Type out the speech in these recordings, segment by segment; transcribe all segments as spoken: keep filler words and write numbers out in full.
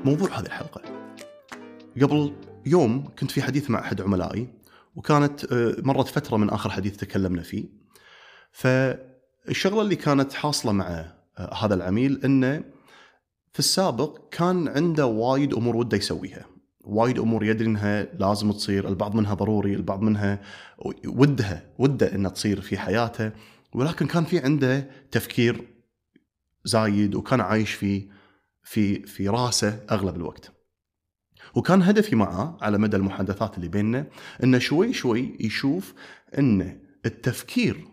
موضوع هذه الحلقة. قبل يوم كنت في حديث مع أحد عملائي، وكانت مرت فترة من آخر حديث تكلمنا فيه. فالشغلة اللي كانت حاصلة مع هذا العميل إنه في السابق كان عنده وايد أمور وده يسويها، وايد أمور يدري إنها لازم تصير، البعض منها ضروري، البعض منها ودها وده إنها تصير في حياته، ولكن كان في عنده تفكير زايد وكان عايش في في في راسه أغلب الوقت. وكان هدفي معه على مدى المحادثات اللي بيننا إنه شوي شوي يشوف إن التفكير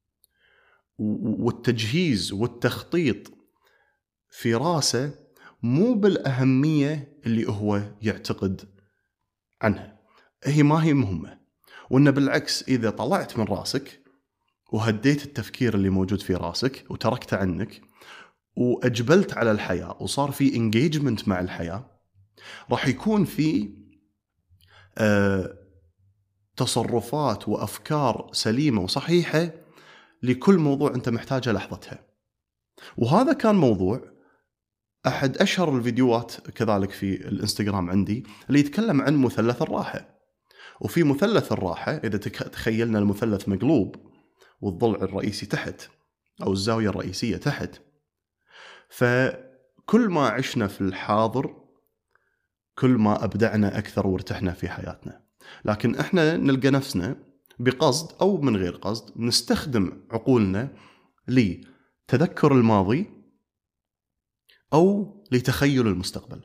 والتجهيز والتخطيط في راسه مو بالأهمية اللي هو يعتقد عنها، هي ما هي مهمة، وإنه بالعكس إذا طلعت من راسك وهديت التفكير اللي موجود في راسك وتركته عنك وأجبلت على الحياة وصار في engagement مع الحياة، راح يكون في آه تصرفات وأفكار سليمة وصحيحة لكل موضوع أنت محتاجة لحظتها. وهذا كان موضوع أحد أشهر الفيديوهات كذلك في الإنستغرام عندي اللي يتكلم عن مثلث الراحة. وفي مثلث الراحة إذا تخيلنا المثلث مقلوب والضلع الرئيسي تحت أو الزاوية الرئيسية تحت، فكل ما عشنا في الحاضر كل ما أبدعنا أكثر وارتحنا في حياتنا. لكن إحنا نلقى نفسنا بقصد أو من غير قصد نستخدم عقولنا لتذكر الماضي أو لتخيل المستقبل.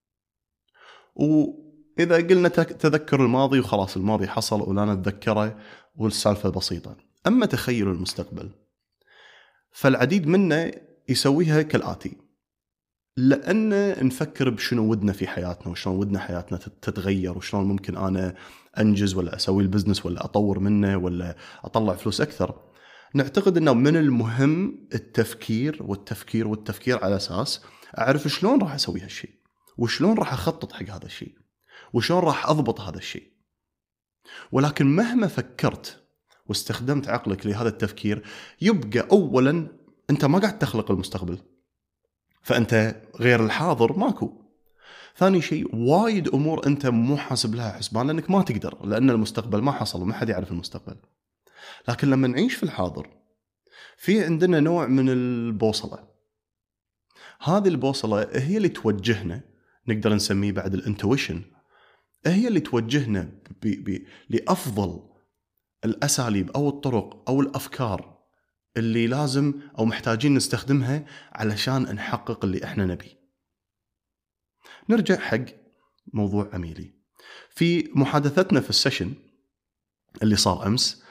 وإذا قلنا تذكر الماضي وخلاص الماضي حصل ولا نتذكره والسالفة بسيطة. أما تخيل المستقبل فالعديد منا يسويها كالآتي: لأن نفكر بشنو ودنا في حياتنا وشلون ودنا حياتنا تتغير وشلون ممكن أنا أنجز ولا أسوي البزنس ولا أطور منه ولا أطلع فلوس أكثر. نعتقد أنه من المهم التفكير والتفكير والتفكير على أساس أعرف شلون راح أسوي هالشيء وشلون راح أخطط حق هذا الشيء وشلون راح أضبط هذا الشيء. ولكن مهما فكرت واستخدمت عقلك لهذا التفكير يبقى أولا أنت ما قاعد تخلق المستقبل، فأنت غير الحاضر ماكو. ثاني شيء وايد أمور أنت مو حاسب لها حسبان لأنك ما تقدر، لأن المستقبل ما حصل وما حد يعرف المستقبل. لكن لما نعيش في الحاضر في عندنا نوع من البوصلة. هذه البوصلة هي اللي توجهنا، نقدر نسميه بعد الانتويشن، هي اللي توجهنا ب... ب... لأفضل الأساليب أو الطرق أو الأفكار اللي لازم أو محتاجين نستخدمها علشان نحقق اللي إحنا نبي. نرجع حق موضوع عميلي. في محادثتنا في السيشن اللي صار أمس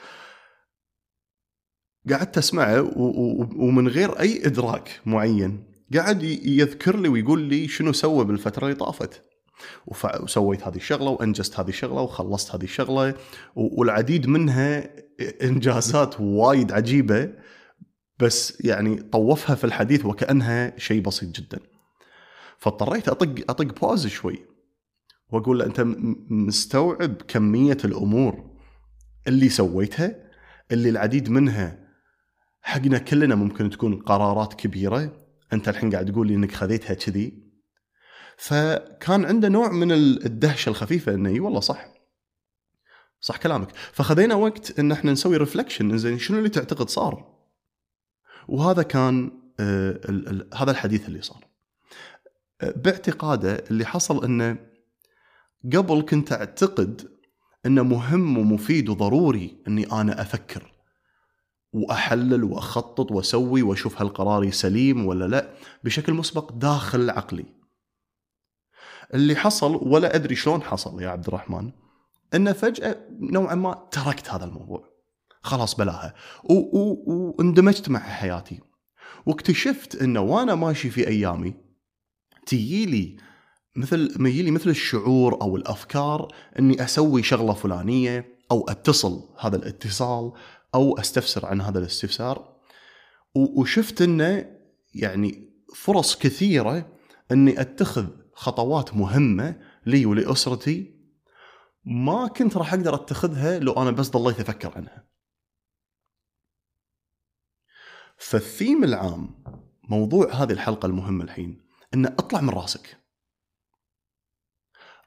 قعدت أسمعه و... و... ومن غير أي إدراك معين قاعد يذكر لي ويقول لي شنو سوى بالفترة اللي طافت، وسويت هذه الشغلة وأنجزت هذه الشغلة وخلصت هذه الشغلة، والعديد منها إنجازات وايد عجيبة، بس يعني طوفها في الحديث وكأنها شيء بسيط جدا. فاضطريت أطق أطق باوز شوي وأقول له: أنت مستوعب كمية الأمور اللي سويتها اللي العديد منها حقنا كلنا ممكن تكون قرارات كبيرة، أنت الحين قاعد تقول لي إنك خذيتها كذي. فكان عنده نوع من الدهشة الخفيفة إنه والله صح صح كلامك. فخذينا وقت إن احنا نسوي ريفلكشن، إنزين شنو اللي تعتقد صار. وهذا كان آه ال ال هذا الحديث اللي صار. آه باعتقاده اللي حصل إنه قبل كنت أعتقد إنه مهم ومفيد وضروري إني أنا أفكر وأحلل وأخطط وأسوي وأشوف هالقراري سليم ولا لا بشكل مسبق داخل عقلي. اللي حصل ولا أدري شلون حصل يا عبد الرحمن، إنه فجأة نوعا ما تركت هذا الموضوع، خلاص بلاها، واندمجت مع حياتي. واكتشفت إنه وأنا ماشي في أيامي تيجي مثل ما يجي لي مثل الشعور أو الأفكار إني أسوي شغلة فلانية أو أتصل هذا الاتصال أو أستفسر عن هذا الاستفسار. وشفت إنه يعني فرص كثيرة إني أتخذ خطوات مهمة لي ولأسرتي ما كنت راح أقدر أتخذها لو أنا بس ضليت أفكر عنها. فالثيم العام موضوع هذه الحلقة المهمة الحين إن أطلع من راسك،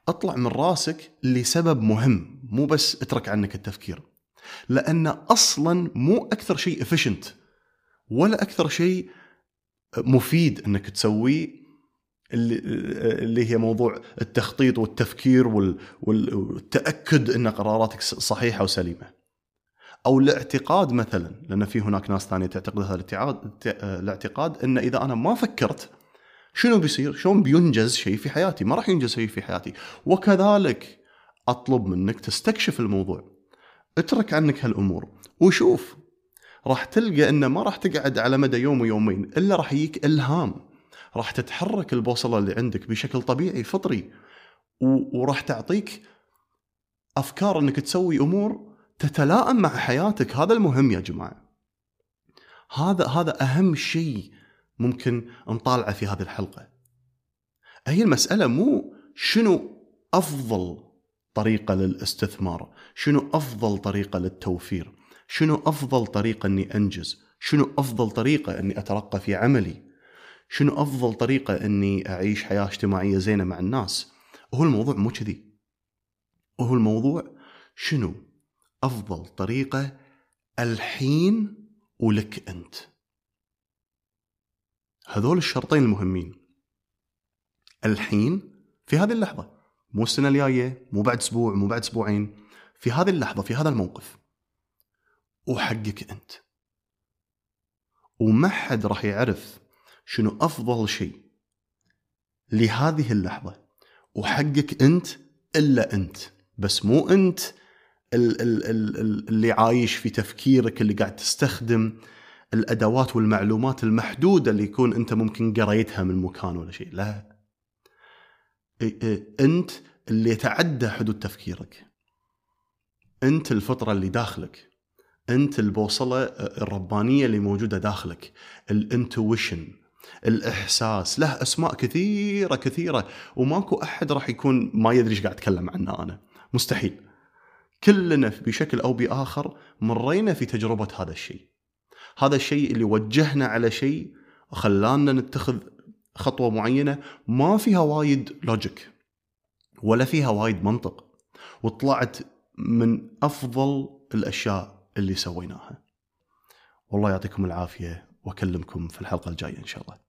اطلع من راسك لسبب مهم، مو بس اترك عنك التفكير. لأن أصلا مو أكثر شيء efficient ولا أكثر شيء مفيد أنك تسويه اللي, اللي هي موضوع التخطيط والتفكير والتأكد أن قراراتك صحيحة وسليمة، أو الاعتقاد مثلا، لأن في هناك ناس ثانية تعتقد هذا الاعتقاد أن إذا أنا ما فكرت شنو بيصير، شلون بينجز شيء في حياتي، ما راح ينجز شيء في حياتي. وكذلك أطلب منك تستكشف الموضوع، اترك عنك هالأمور وشوف، راح تلقى أنه ما راح تقعد على مدى يوم ويومين إلا راح يجيك إلهام، راح تتحرك البوصلة اللي عندك بشكل طبيعي فطري، وراح تعطيك أفكار أنك تسوي أمور تتلائم مع حياتك. هذا المهم يا جماعة، هذا هذا أهم شيء ممكن نطالعه في هذه الحلقة. هي المسألة مو شنو أفضل طريقة للاستثمار، شنو أفضل طريقة للتوفير، شنو أفضل طريقة أني أنجز، شنو أفضل طريقة أني أترقى في عملي، شنو أفضل طريقة أني أعيش حياة اجتماعية زينة مع الناس. وهو الموضوع مو كذي، وهو الموضوع شنو أفضل طريقة الحين ولك أنت. هذول الشرطين المهمين، الحين في هذه اللحظة، مو السنة الجاية، مو بعد أسبوع، مو بعد أسبوعين، في هذه اللحظة، في هذا الموقف، وحقك أنت. وما حد راح يعرف شنو أفضل شيء لهذه اللحظة وحقك أنت إلا أنت. بس مو أنت اللي عايش في تفكيرك، اللي قاعد تستخدم الأدوات والمعلومات المحدودة اللي يكون أنت ممكن قريتها من مكان ولا شيء. لا، أنت اللي يتعدى حدود تفكيرك، أنت الفطرة اللي داخلك، أنت البوصلة الربانية اللي موجودة داخلك، الانتويشن، الإحساس. له أسماء كثيرة كثيرة، وماكو أحد راح يكون ما يدري إيش قاعد أتكلم عنه أنا، مستحيل. كلنا بشكل أو بآخر مرينا في تجربة هذا الشيء، هذا الشيء اللي وجهنا على شيء خلانا نتخذ خطوة معينة ما فيها وايد لوجيك ولا فيها وايد منطق، وطلعت من أفضل الأشياء اللي سويناها. والله يعطيكم العافية، وأكلمكم في الحلقة الجاية إن شاء الله.